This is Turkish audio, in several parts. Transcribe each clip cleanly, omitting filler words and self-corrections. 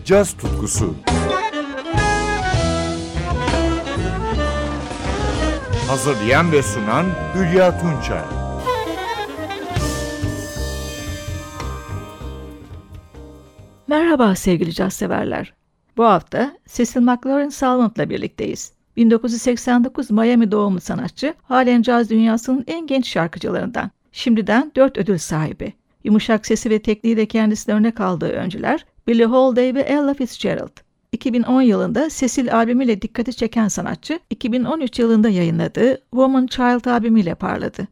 caz tutkusu. Hazırlayan ve sunan Hülya Tunçay. Merhaba sevgili caz severler. Bu hafta Cecil McLaurin Salvant'la birlikteyiz. 1989 Miami doğumlu sanatçı, halen caz dünyasının en genç şarkıcılarından. Şimdiden 4 ödül sahibi. Yumuşak sesi ve tekniğiyle kendisine örnek aldığı öncüler Billie Holiday ve Ella Fitzgerald. 2010 yılında Cecil albümüyle dikkati çeken sanatçı, 2013 yılında yayınladığı Woman Child albümüyle parladı.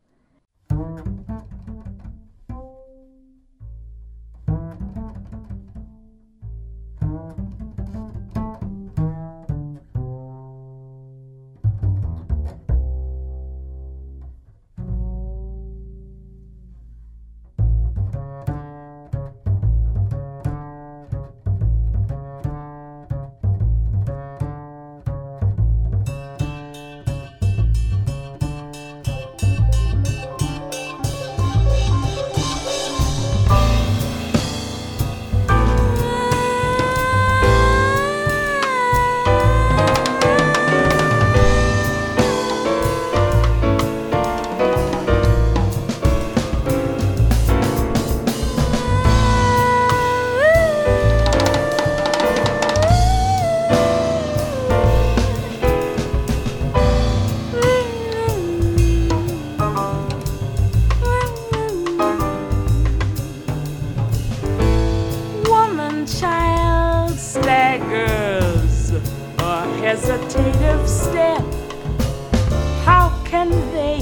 Hesitative step. How can they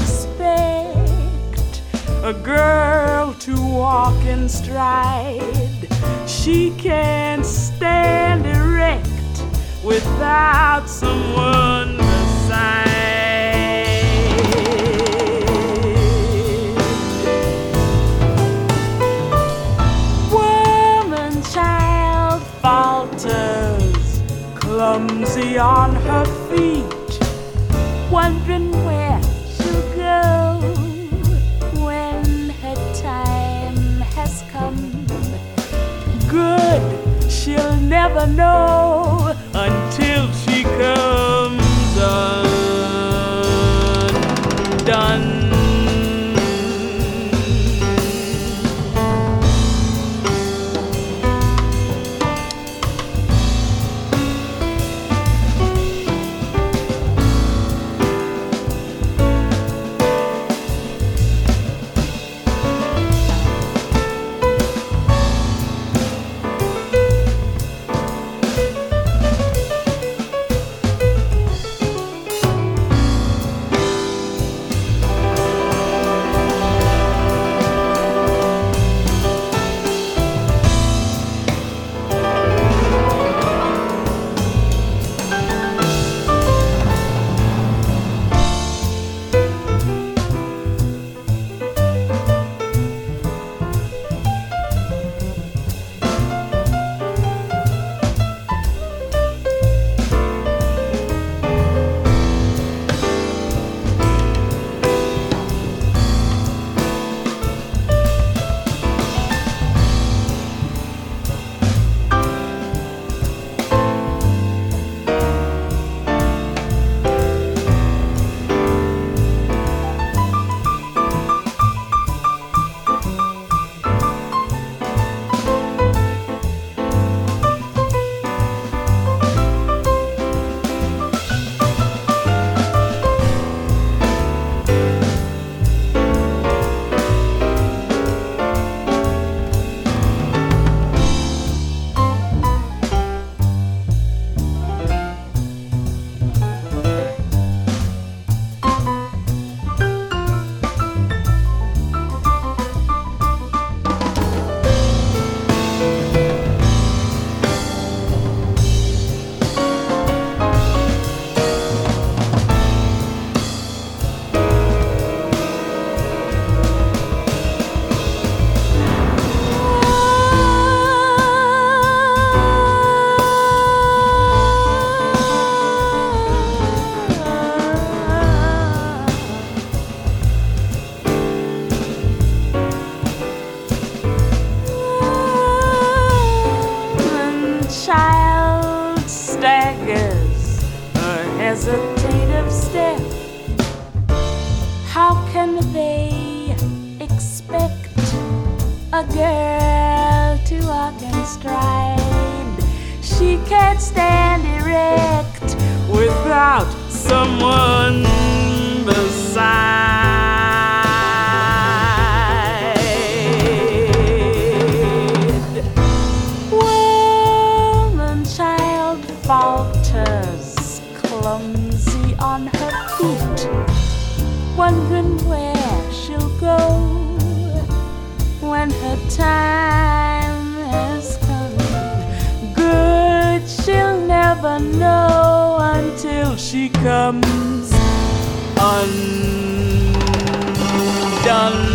expect a girl to walk in stride? She can't stand erect without someone beside. Woman child falters, clumsy on her feet, wondering where she'll go when her time has come. Good, she'll never know until she comes undone. hesitative step. How can they expect a girl to walk in stride? She can't stand erect without someone beside. Woman child falters, clumsy on her feet, wondering where she'll go when her time has come. Good she'll never know until she comes undone.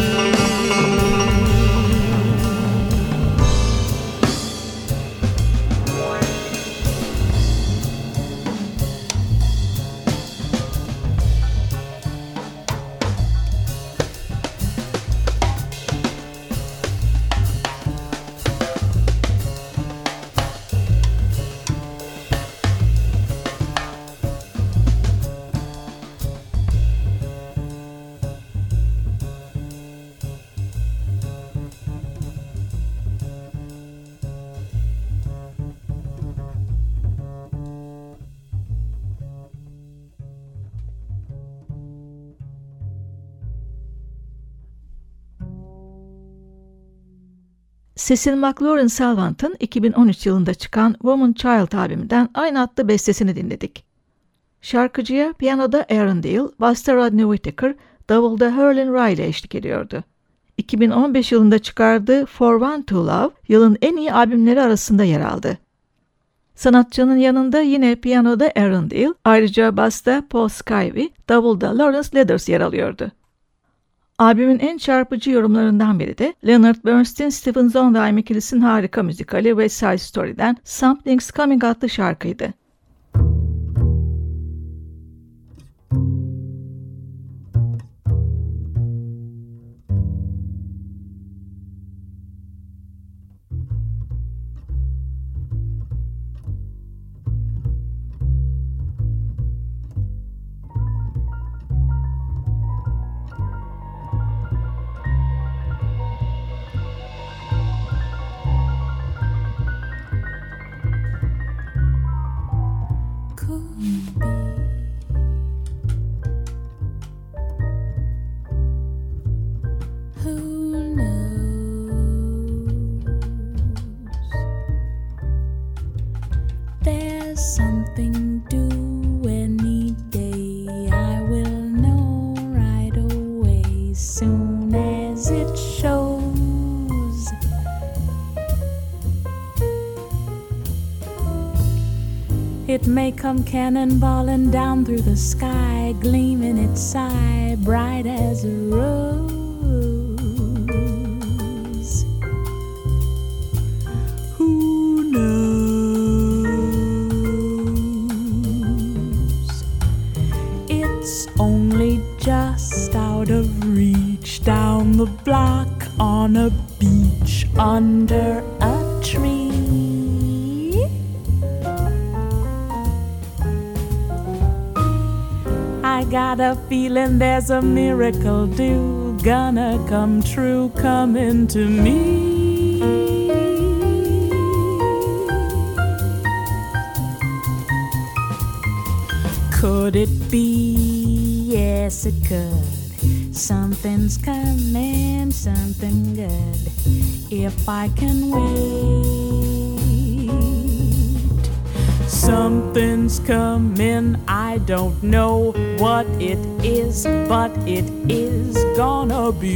Cecil McLaurin Salvant'ın 2013 yılında çıkan Woman Child albümünden aynı adlı bestesini dinledik. Şarkıcıya piyanoda Aaron Deal, basta Rodney Whittaker, davulda Herlin Riley eşlik ediyordu. 2015 yılında çıkardığı For One to Love, yılın en iyi albümleri arasında yer aldı. Sanatçının yanında yine piyanoda Aaron Deal, ayrıca basta Paul Skivey, davulda Lawrence Leathers yer alıyordu. Albümün en çarpıcı yorumlarından biri de Leonard Bernstein, Stephen Sondheim ikilisinin harika müzikali West Side Story'den Something's Coming adlı şarkıydı. It may come cannonballing down through the sky, gleaming its eye, bright as a rose. Who knows? It's only just out of reach, down the block on a beach under a tree. I got a feeling there's a miracle due, gonna come true, coming to me. Could it be? Yes, it could. Something's coming, something good, if I can wait. Something's coming, I don't know what it is, but it is gonna be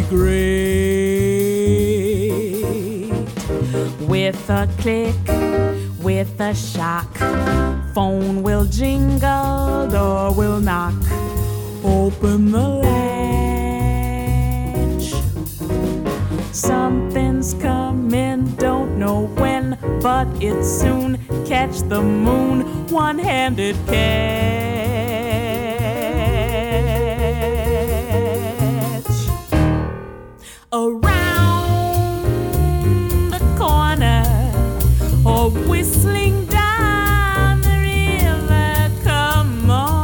great. With a click, with a shock, phone will jingle, door will knock, open the latch. Something's coming, don't know when, but it's soon. Catch the moon, one-handed catch. Around the corner, or whistling down the river, come on.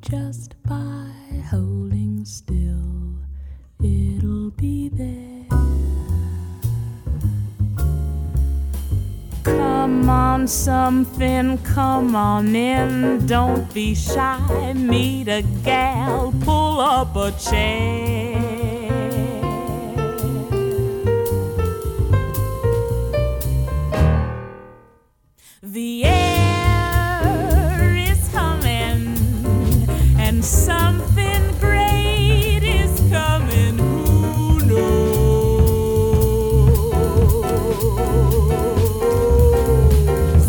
just by holding still, it'll be there. Come on, something, come on in, don't be shy, meet a gal, pull up a chair. The air is humming and something great is coming, who knows?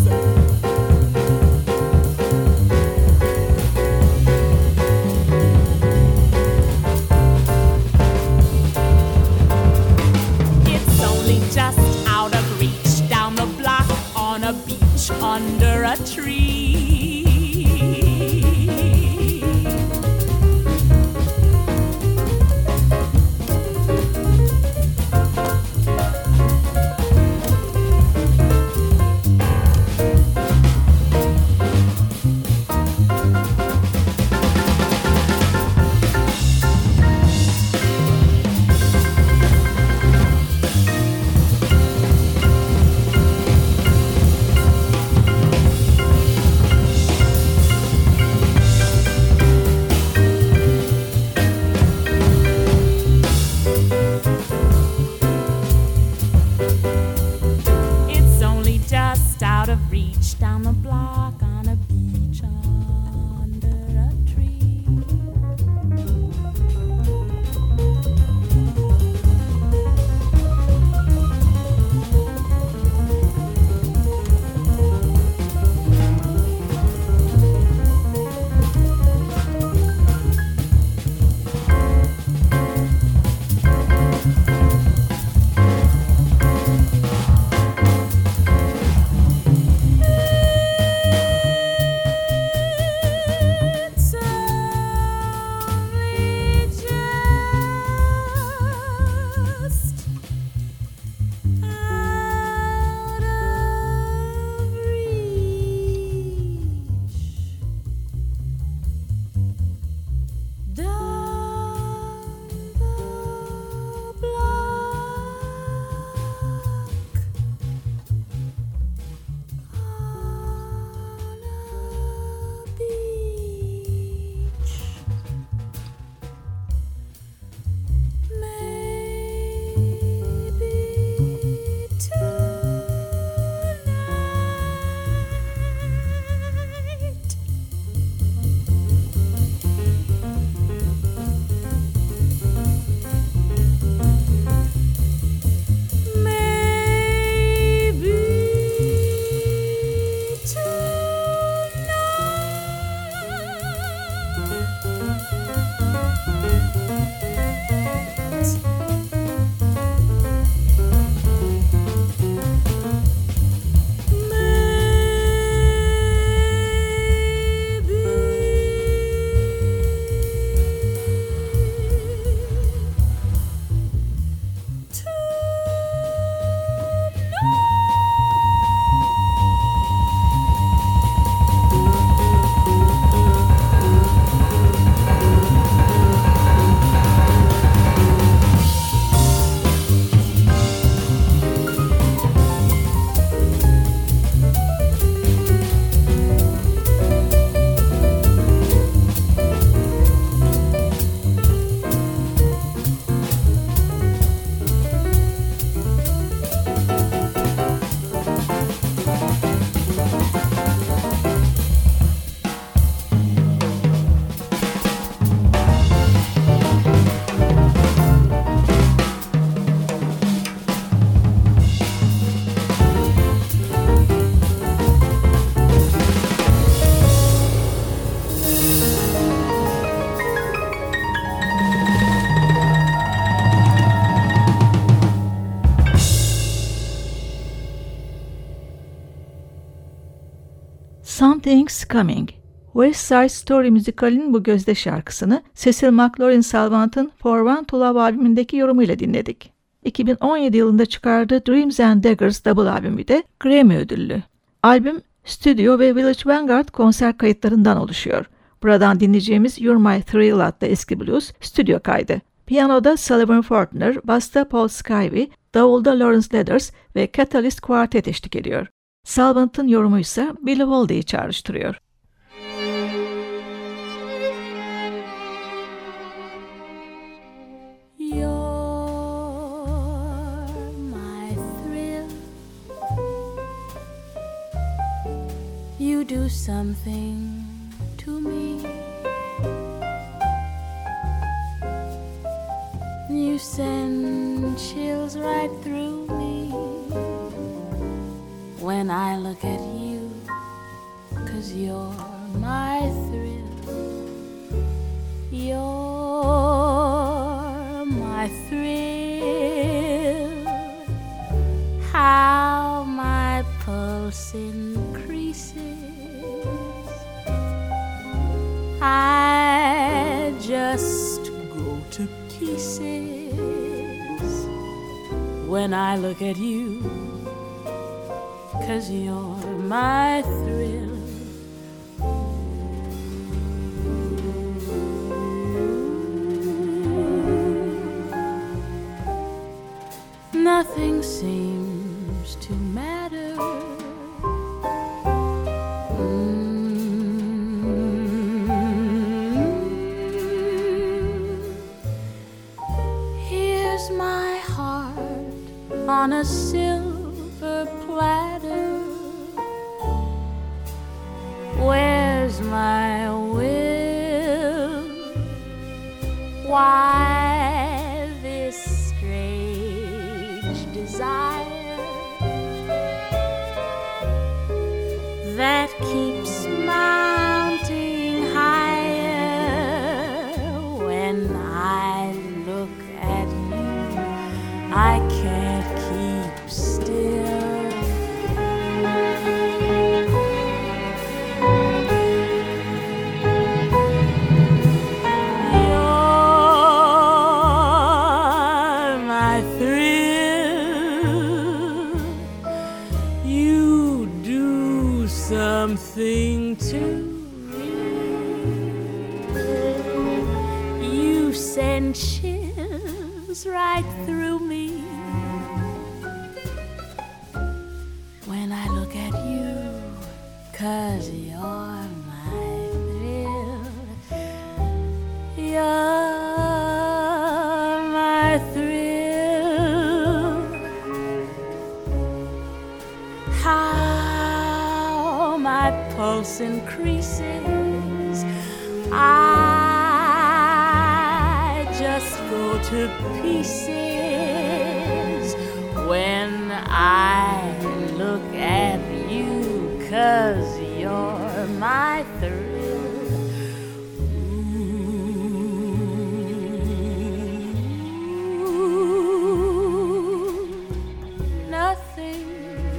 It's only just out of reach, down the block on a beach under a tree. It's only just out of reach, down the block on a beach under a tree. It's only just out of reach, down the block on a beach. Maybe tonight. Maybe tonight. Something's Coming. West Side Story müzikalinin bu gözde şarkısını Cecil McLaurin Salvant'ın For One to Love albümündeki yorumuyla dinledik. 2017 yılında çıkardığı Dreams and Daggers double albümü de Grammy ödüllü. Albüm, stüdyo ve Village Vanguard konser kayıtlarından oluşuyor. Buradan dinleyeceğimiz You're My Thrill adlı eski blues stüdyo kaydı. Piyanoda Sullivan Fortner, basta Paul Skivey, davulda Lawrence Leathers ve Catalyst Quartet eşlik ediyor. Sullivan'ın yorumu ise Billie Holiday'i çağrıştırıyor. You do something to me. You send chills right through me when I look at you, 'cause you're my thrill. You're my thrill. How my pulse increases. I just go to pieces when I look at you, 'cause you're my thrill. Nothing seems to matter. Here's my heart on a silver platter. Where's my will? Why this strange desire that keeps mounting higher? When I look at you, I can't keep still. You're my thrill. You do something to me. You send chills right through me when I look at you, 'cause you're my thrill. You're my thrill. How my pulse increases. I just go to pieces when I look at you, 'cause you're my thrill. Ooh, nothing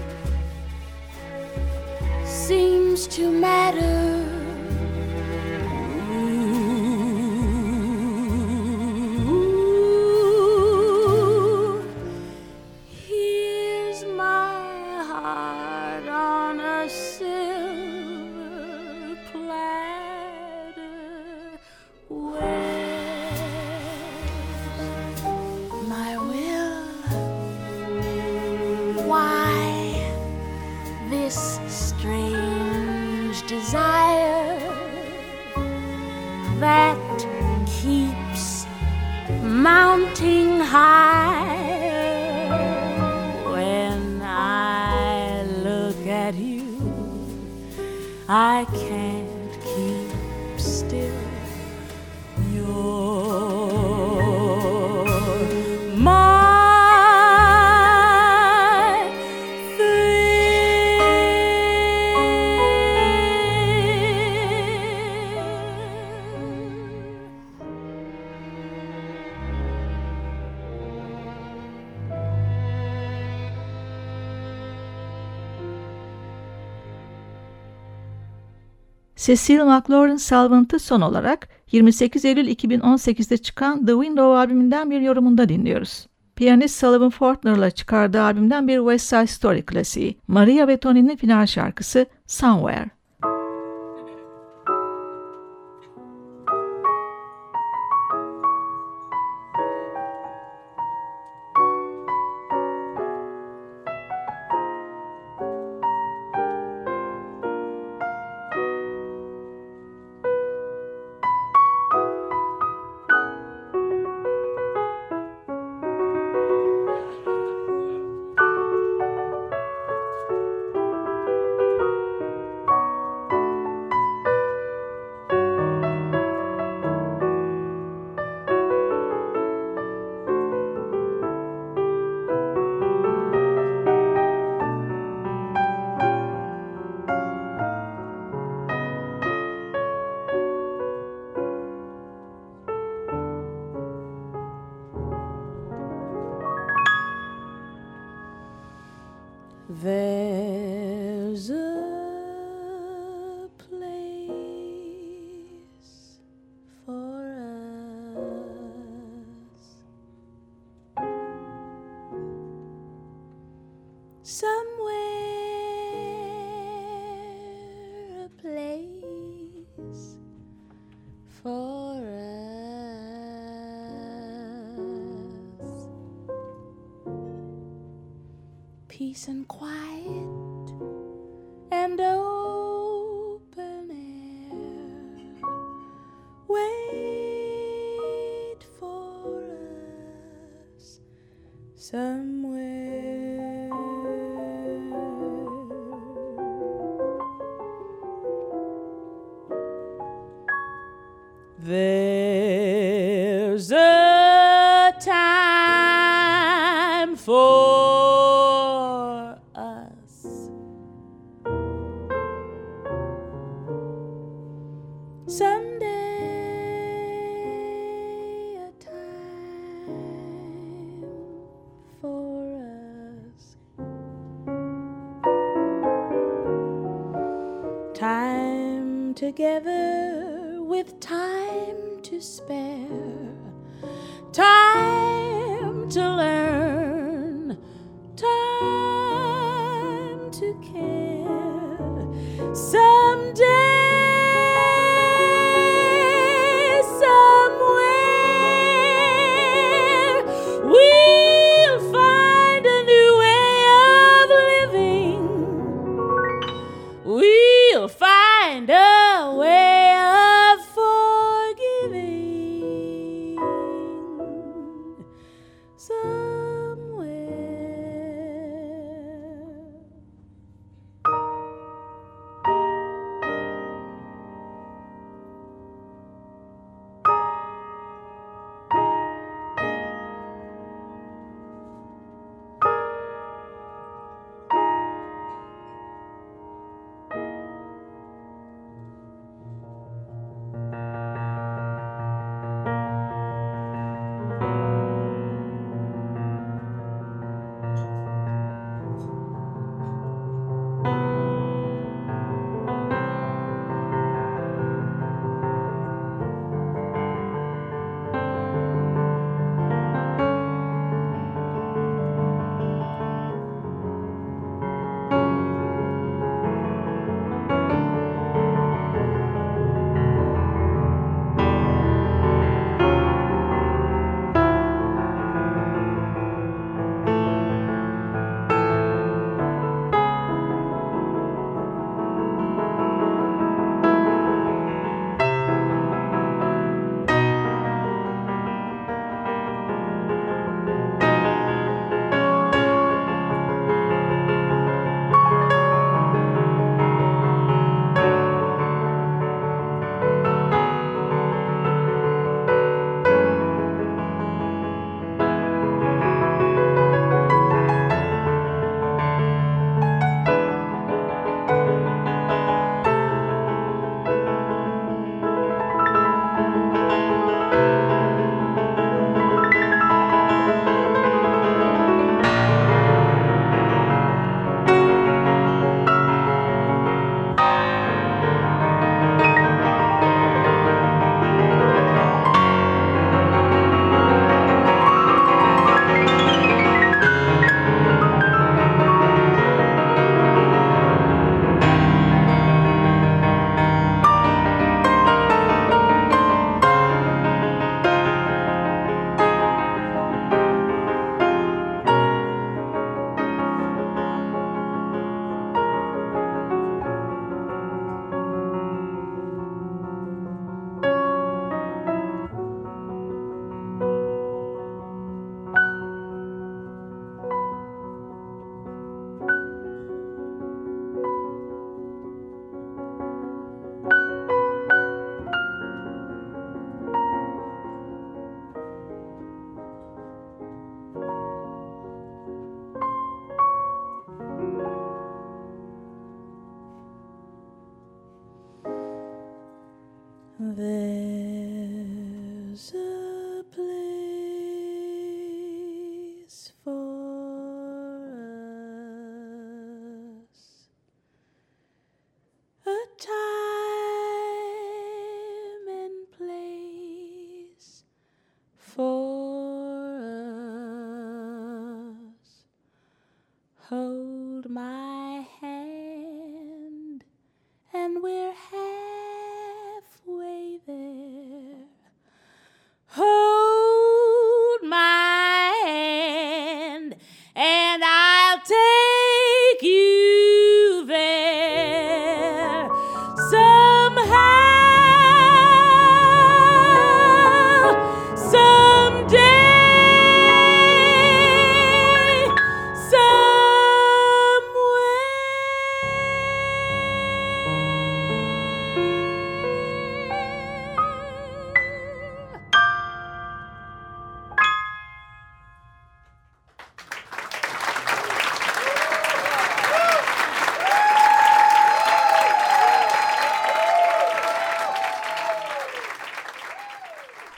seems to matter. Ooh, here's my heart on a silver platter. Where's my will? Why this strange desire that keeps mounting higher? When I look at you, I can't keep still. You're my Cecil McLaurin Salvant'ı son olarak 28 Eylül 2018'de çıkan The Window albümünden bir yorumunda dinliyoruz. Piyanist Sullivan Fortner'la çıkardığı albümden bir West Side Story klasiği, Maria ve Tony'nin final şarkısı Somewhere. peace and quiet and open air. Wait for us somewhere. There's a time for us someday, a time for us, time together with time to spare, time to learn, time to care. Someday, somewhere, we'll find a new way of living. We'll find a way of forgiving somewhere. There's a place for us, a time and place for us. Hold my hand and we're halfway there.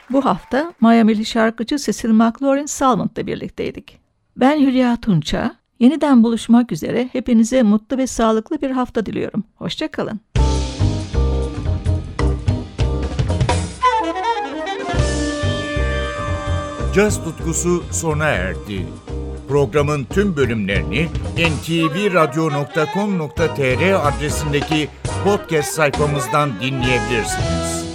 Bu hafta Miami'li şarkıcı Cecil McLaurin Salmont'la birlikteydik. Ben Hülya Tunça. Yeniden buluşmak üzere hepinize mutlu ve sağlıklı bir hafta diliyorum. Hoşça kalın. Caz tutkusu sona erdi. Programın tüm bölümlerini ntvradio.com.tr adresindeki podcast sayfamızdan dinleyebilirsiniz.